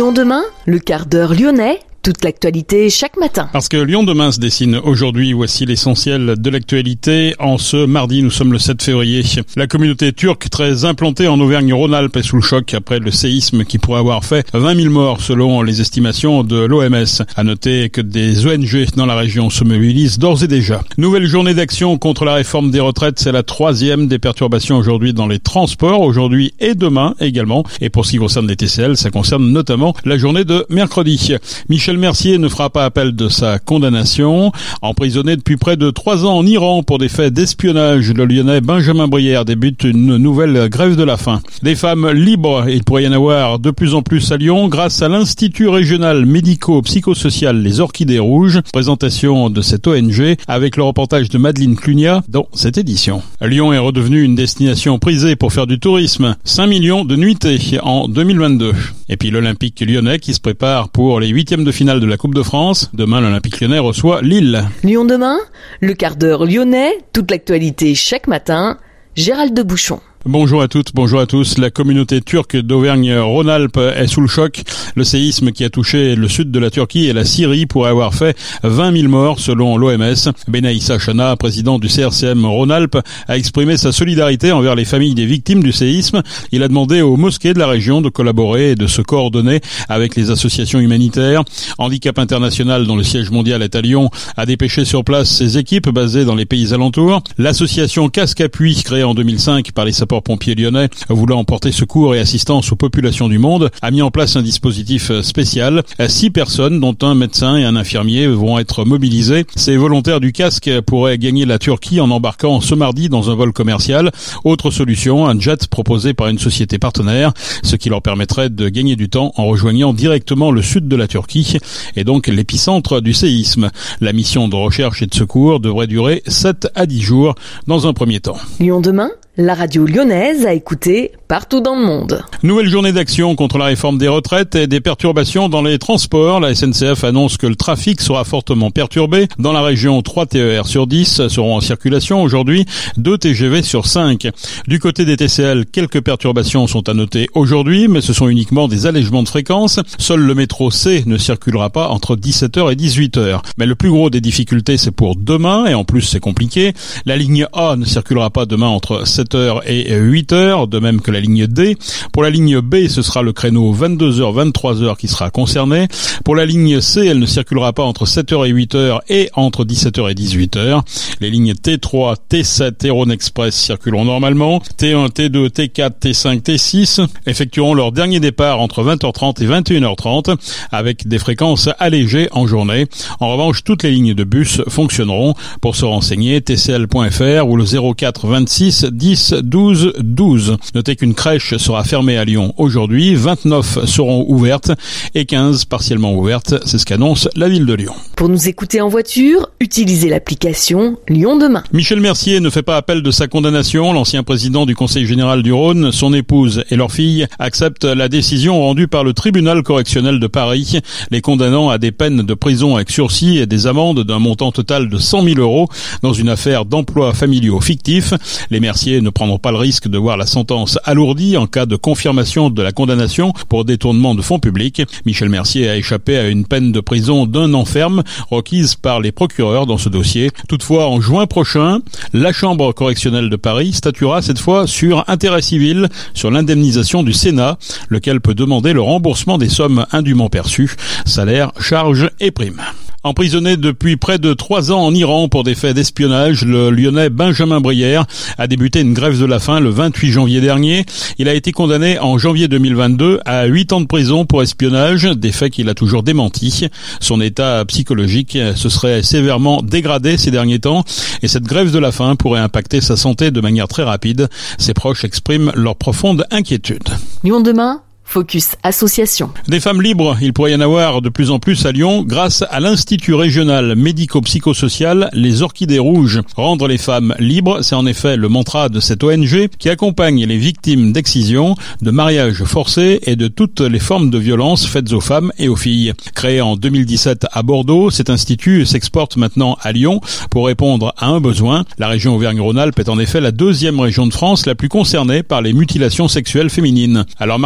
Lyon demain, le quart d'heure lyonnais. Toute l'actualité chaque matin. Parce que Lyon demain se dessine aujourd'hui, voici l'essentiel de l'actualité. En ce mardi, nous sommes le 7 février. La communauté turque très implantée en Auvergne-Rhône-Alpes est sous le choc après le séisme qui pourrait avoir fait 20 000 morts selon les estimations de l'OMS. À noter que des ONG dans la région se mobilisent d'ores et déjà. Nouvelle journée d'action contre la réforme des retraites, c'est la 3e des perturbations aujourd'hui dans les transports, aujourd'hui et demain également. Et pour ce qui concerne les TCL, ça concerne notamment la journée de mercredi. Michel Mercier ne fera pas appel de sa condamnation. Emprisonné depuis près de 3 ans en Iran pour des faits d'espionnage, le Lyonnais Benjamin Brière débute une nouvelle grève de la faim. Des femmes libres, il pourrait y en avoir de plus en plus à Lyon grâce à l'Institut régional médico-psychosocial Les Orchidées Rouges. Présentation de cette ONG avec le reportage de Madeleine Clunia dans cette édition. Lyon est redevenu une destination prisée pour faire du tourisme. 5 millions de nuitées en 2022. Et puis l'Olympique lyonnais qui se prépare pour les 8e de finale de la Coupe de France. Demain, l'Olympique lyonnais reçoit Lille. Lyon demain, le quart d'heure lyonnais, toute l'actualité chaque matin. Gérald de Bouchon. Bonjour à toutes, bonjour à tous. La communauté turque d'Auvergne-Rhône-Alpes est sous le choc. Le séisme qui a touché le sud de la Turquie et la Syrie pourrait avoir fait 20 000 morts selon l'OMS. Benaïssa Chana, président du CRCM Rhône-Alpes, a exprimé sa solidarité envers les familles des victimes du séisme. Il a demandé aux mosquées de la région de collaborer et de se coordonner avec les associations humanitaires. Handicap International, dont le siège mondial est à Lyon, a dépêché sur place ses équipes basées dans les pays alentours. L'association Casque Appui, créée en 2005 par les sapeurs-pompiers lyonnais, voulant porter secours et assistance aux populations du monde, a mis en place un dispositif spécial. 6 personnes, dont un médecin et un infirmier, vont être mobilisés. Ces volontaires du casque pourraient gagner la Turquie en embarquant ce mardi dans un vol commercial. Autre solution, un jet proposé par une société partenaire, ce qui leur permettrait de gagner du temps en rejoignant directement le sud de la Turquie et donc l'épicentre du séisme. La mission de recherche et de secours devrait durer 7 à 10 jours dans un premier temps. Lyon demain, la radio lyonnaise a écouté partout dans le monde. Nouvelle journée d'action contre la réforme des retraites et des perturbations dans les transports. La SNCF annonce que le trafic sera fortement perturbé. Dans la région, 3 TER sur 10 seront en circulation aujourd'hui, 2 TGV sur 5. Du côté des TCL, quelques perturbations sont à noter aujourd'hui, mais ce sont uniquement des allègements de fréquence. Seul le métro C ne circulera pas entre 17h et 18h. Mais le plus gros des difficultés, c'est pour demain, et en plus c'est compliqué. La ligne A ne circulera pas demain entre 7h et 8h, de même que la ligne D. Pour la ligne B, ce sera le créneau 22h-23h qui sera concerné. Pour la ligne C, elle ne circulera pas entre 7h et 8h et entre 17h et 18h. Les lignes T3, T7 et Rhône Express circuleront normalement. T1, T2, T4, T5, T6 effectueront leur dernier départ entre 20h30 et 21h30 avec des fréquences allégées en journée. En revanche, toutes les lignes de bus fonctionneront. Pour se renseigner, tcl.fr ou le 04 26 10 12 12. Notez qu'une crèche sera fermée à Lyon aujourd'hui, 29 seront ouvertes et 15 partiellement ouvertes, c'est ce qu'annonce la ville de Lyon. Pour nous écouter en voiture, utilisez l'application Lyon demain. Michel Mercier ne fait pas appel de sa condamnation. L'ancien président du Conseil général du Rhône, son épouse et leur fille acceptent la décision rendue par le tribunal correctionnel de Paris, les condamnant à des peines de prison avec sursis et des amendes d'un montant total de 100 000 € dans une affaire d'emplois familiaux fictifs. Les Mercier ne prendront pas le risque de voir la sentence alourdie en cas de confirmation de la condamnation pour détournement de fonds publics. Michel Mercier a échappé à une peine de prison d'1 an ferme requise par les procureurs dans ce dossier. Toutefois, en juin prochain, la Chambre correctionnelle de Paris statuera cette fois sur intérêt civil sur l'indemnisation du Sénat, lequel peut demander le remboursement des sommes indûment perçues, salaires, charges et primes. Emprisonné depuis près de 3 ans en Iran pour des faits d'espionnage, le Lyonnais Benjamin Brière a débuté une grève de la faim le 28 janvier dernier. Il a été condamné en janvier 2022 à 8 ans de prison pour espionnage, des faits qu'il a toujours démentis. Son état psychologique se serait sévèrement dégradé ces derniers temps et cette grève de la faim pourrait impacter sa santé de manière très rapide. Ses proches expriment leur profonde inquiétude. Lyon demain, Focus Association. Des femmes libres, il pourrait y en avoir de plus en plus à Lyon grâce à l'Institut régional médico-psychosocial Les Orchidées Rouges. Rendre les femmes libres, c'est en effet le mantra de cette ONG qui accompagne les victimes d'excision, de mariages forcés et de toutes les formes de violences faites aux femmes et aux filles. Créé en 2017 à Bordeaux, cet institut s'exporte maintenant à Lyon pour répondre à un besoin. La région Auvergne-Rhône-Alpes est en effet la 2e région de France la plus concernée par les mutilations sexuelles féminines. Alors Marie-Claire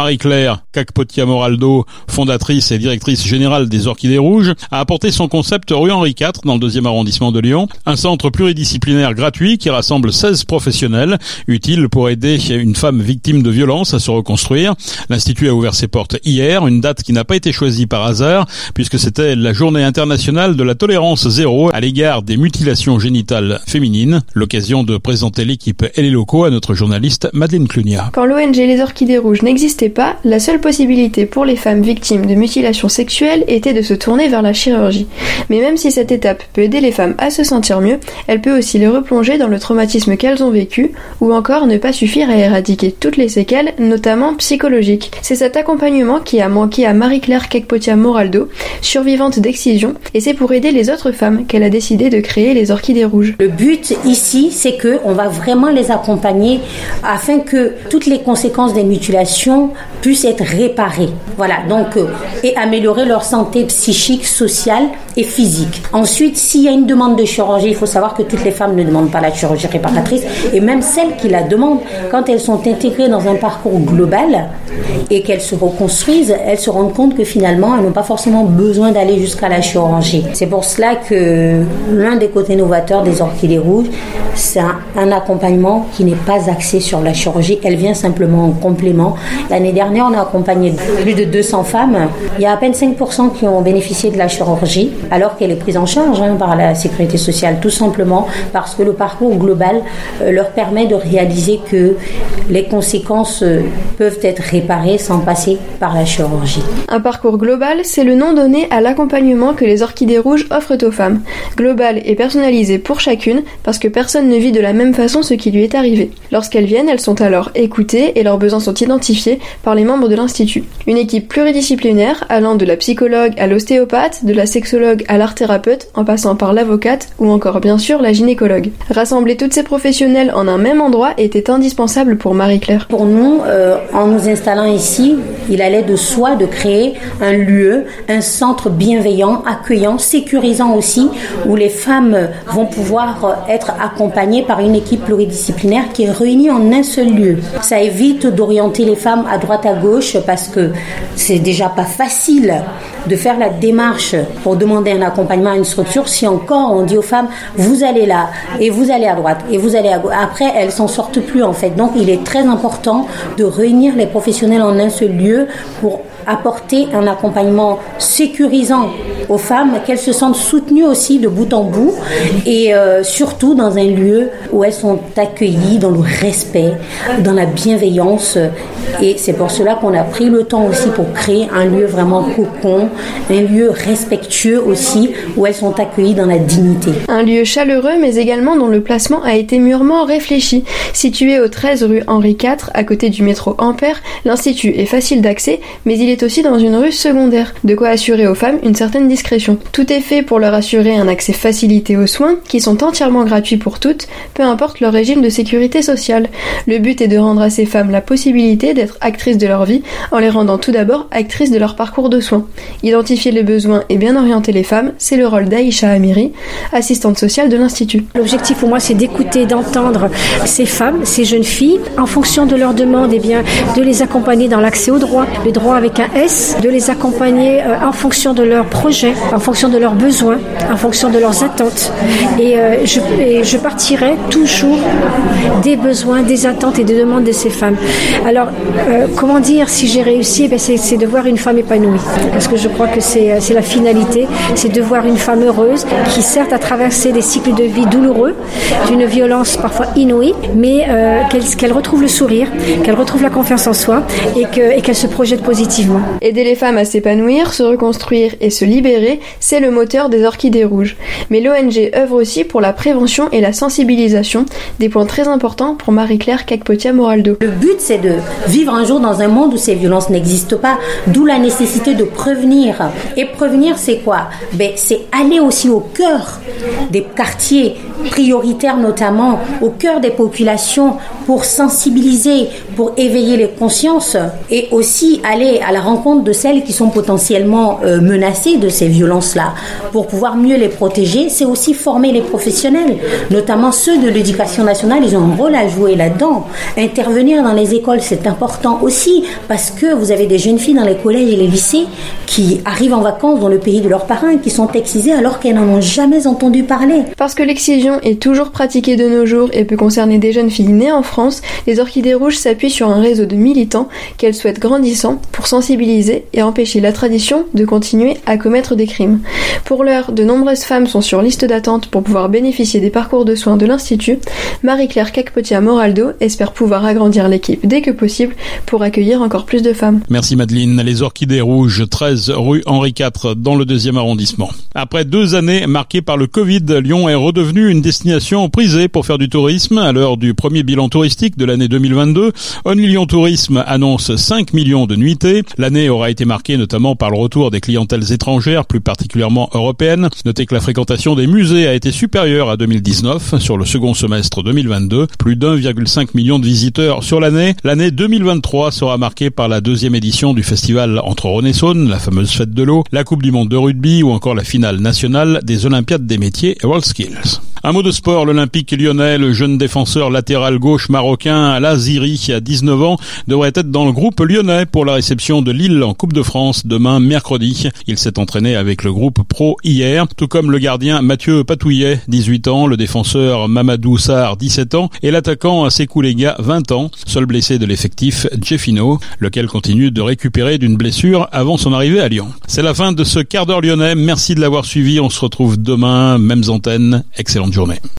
Marie-Claire Cacpotia-Moraldo, fondatrice et directrice générale des Orchidées Rouges, a apporté son concept rue Henri IV dans le 2e arrondissement de Lyon, un centre pluridisciplinaire gratuit qui rassemble 16 professionnels utiles pour aider une femme victime de violence à se reconstruire. L'Institut a ouvert ses portes hier, une date qui n'a pas été choisie par hasard puisque c'était la journée internationale de la tolérance zéro à l'égard des mutilations génitales féminines. L'occasion de présenter l'équipe et les locaux à notre journaliste Madeleine Clunia. Quand l'ONG Les Orchidées Rouges n'existait pas, la seule possibilité pour les femmes victimes de mutilations sexuelles était de se tourner vers la chirurgie. Mais même si cette étape peut aider les femmes à se sentir mieux, elle peut aussi les replonger dans le traumatisme qu'elles ont vécu, ou encore ne pas suffire à éradiquer toutes les séquelles, notamment psychologiques. C'est cet accompagnement qui a manqué à Marie-Claire Cacpotia-Moraldo, survivante d'excision, et c'est pour aider les autres femmes qu'elle a décidé de créer les Orchidées Rouges. Le but ici, c'est que on va vraiment les accompagner afin que toutes les conséquences des mutilations puissent être réparées. Voilà, donc et améliorer leur santé psychique, sociale et physique. Ensuite, s'il y a une demande de chirurgie, il faut savoir que toutes les femmes ne demandent pas la chirurgie réparatrice, et même celles qui la demandent, quand elles sont intégrées dans un parcours global et qu'elles se reconstruisent, elles se rendent compte que finalement, elles n'ont pas forcément besoin d'aller jusqu'à la chirurgie. C'est pour cela que l'un des côtés novateurs des Orchidées Rouges, c'est un accompagnement qui n'est pas axé sur la chirurgie. Elle vient simplement en complément. L'année dernière, on a accompagné plus de 200 femmes. Il y a à peine 5% qui ont bénéficié de la chirurgie, alors qu'elle est prise en charge par la sécurité sociale, tout simplement parce que le parcours global leur permet de réaliser que les conséquences peuvent être réparées sans passer par la chirurgie. Un parcours global, c'est le nom donné à l'accompagnement que les Orchidées Rouges offrent aux femmes. Global et personnalisé pour chacune, parce que personne ne vit de la même façon ce qui lui est arrivé. Lorsqu'elles viennent, elles sont alors écoutées et leurs besoins sont identifiés par les membres de l'Institut. Une équipe pluridisciplinaire allant de la psychologue à l'ostéopathe, de la sexologue à l'art-thérapeute, en passant par l'avocate ou encore bien sûr la gynécologue. Rassembler toutes ces professionnelles en un même endroit était indispensable pour Marie-Claire. Pour nous, en nous installant ici, il allait de soi de créer un lieu, un centre bienveillant, accueillant, sécurisant aussi, où les femmes vont pouvoir être accompagnées par une équipe pluridisciplinaire qui est réunie en un seul lieu. Ça évite d'orienter les femmes à droite à gauche parce que c'est déjà pas facile de faire la démarche pour demander un accompagnement à une structure si encore on dit aux femmes vous allez là et vous allez à droite et vous allez à gauche. Après elles s'en sortent plus en fait. Donc il est très important de réunir les professionnels en un seul lieu pour apporter un accompagnement sécurisant aux femmes, qu'elles se sentent soutenues aussi de bout en bout et surtout dans un lieu où elles sont accueillies dans le respect, dans la bienveillance, et c'est pour cela qu'on a pris le temps aussi pour créer un lieu vraiment cocon, un lieu respectueux aussi où elles sont accueillies dans la dignité. Un lieu chaleureux mais également dont le placement a été mûrement réfléchi. Situé au 13 rue Henri IV à côté du métro Ampère, l'Institut est facile d'accès mais il est aussi dans une rue secondaire, de quoi assurer aux femmes une certaine discrétion. Tout est fait pour leur assurer un accès facilité aux soins, qui sont entièrement gratuits pour toutes, peu importe leur régime de sécurité sociale. Le but est de rendre à ces femmes la possibilité d'être actrices de leur vie, en les rendant tout d'abord actrices de leur parcours de soins. Identifier les besoins et bien orienter les femmes, c'est le rôle d'Aïcha Amiri, assistante sociale de l'Institut. L'objectif pour moi, c'est d'écouter, d'entendre ces femmes, ces jeunes filles, en fonction de leurs demandes, de les accompagner dans l'accès au droit, le droit avec un S, de les accompagner en fonction de leurs projets, en fonction de leurs besoins, en fonction de leurs attentes. Et je partirai toujours des besoins, des attentes et des demandes de ces femmes. Alors, comment dire si j'ai réussi? C'est de voir une femme épanouie. Parce que je crois que c'est la finalité, c'est de voir une femme heureuse qui certes a traversé des cycles de vie douloureux, d'une violence parfois inouïe, mais qu'elle retrouve le sourire, qu'elle retrouve la confiance en soi et qu'elle se projette positivement. Aider les femmes à s'épanouir, se reconstruire et se libérer, c'est le moteur des Orchidées Rouges. Mais l'ONG œuvre aussi pour la prévention et la sensibilisation, des points très importants pour Marie-Claire Cacpotia-Moraldo. Le but, c'est de vivre un jour dans un monde où ces violences n'existent pas, d'où la nécessité de prévenir. Et prévenir, c'est quoi? C'est aller aussi au cœur des quartiers prioritaires, notamment au cœur des populations, pour sensibiliser, pour éveiller les consciences et aussi aller à la rencontre de celles qui sont potentiellement menacées de ces violences-là. Pour pouvoir mieux les protéger, c'est aussi former les professionnels, notamment ceux de l'éducation nationale. Ils ont un rôle à jouer là-dedans. Intervenir dans les écoles, c'est important aussi, parce que vous avez des jeunes filles dans les collèges et les lycées qui arrivent en vacances dans le pays de leurs parents et qui sont excisées alors qu'elles n'en ont jamais entendu parler. Parce que l'excision est toujours pratiquée de nos jours et peut concerner des jeunes filles nées en France, les Orchidées Rouges s'appuient sur un réseau de militants qu'elles souhaitent grandissant pour sensibiliser et empêcher la tradition de continuer à commettre des crimes. Pour l'heure, de nombreuses femmes sont sur liste d'attente pour pouvoir bénéficier des parcours de soins de l'Institut. Marie-Claire Cacpotia-Moraldo espère pouvoir agrandir l'équipe dès que possible pour accueillir encore plus de femmes. Merci Madeleine. Les Orchidées Rouges, 13 rue Henri IV dans le 2e arrondissement. Après 2 années marquées par le Covid, Lyon est redevenu une destination prisée pour faire du tourisme. À l'heure du premier bilan touristique de l'année 2022, Only Lyon Tourisme annonce 5 millions de nuitées. L'année aura été marquée notamment par le retour des clientèles étrangères, plus particulièrement européennes. Notez que la fréquentation des musées a été supérieure à 2019 sur le second semestre 2022. Plus d'1,5 million de visiteurs sur l'année. L'année 2023 sera marquée par la 2e édition du festival Entre Rhône et Saône, la fameuse fête de l'eau, la Coupe du monde de rugby ou encore la finale nationale des Olympiades des métiers WorldSkills. Un mot de sport, l'Olympique lyonnais, le jeune défenseur latéral gauche marocain Laziri, qui a 19 ans, devrait être dans le groupe lyonnais pour la réception de Lille en Coupe de France demain mercredi. Il s'est entraîné avec le groupe pro hier, tout comme le gardien Mathieu Patouillet, 18 ans, le défenseur Mamadou Sarr, 17 ans, et l'attaquant Sekou Lega, 20 ans, seul blessé de l'effectif Jeffino, lequel continue de récupérer d'une blessure avant son arrivée à Lyon. C'est la fin de ce quart d'heure lyonnais, merci de l'avoir suivi, on se retrouve demain, mêmes antennes, excellente journée.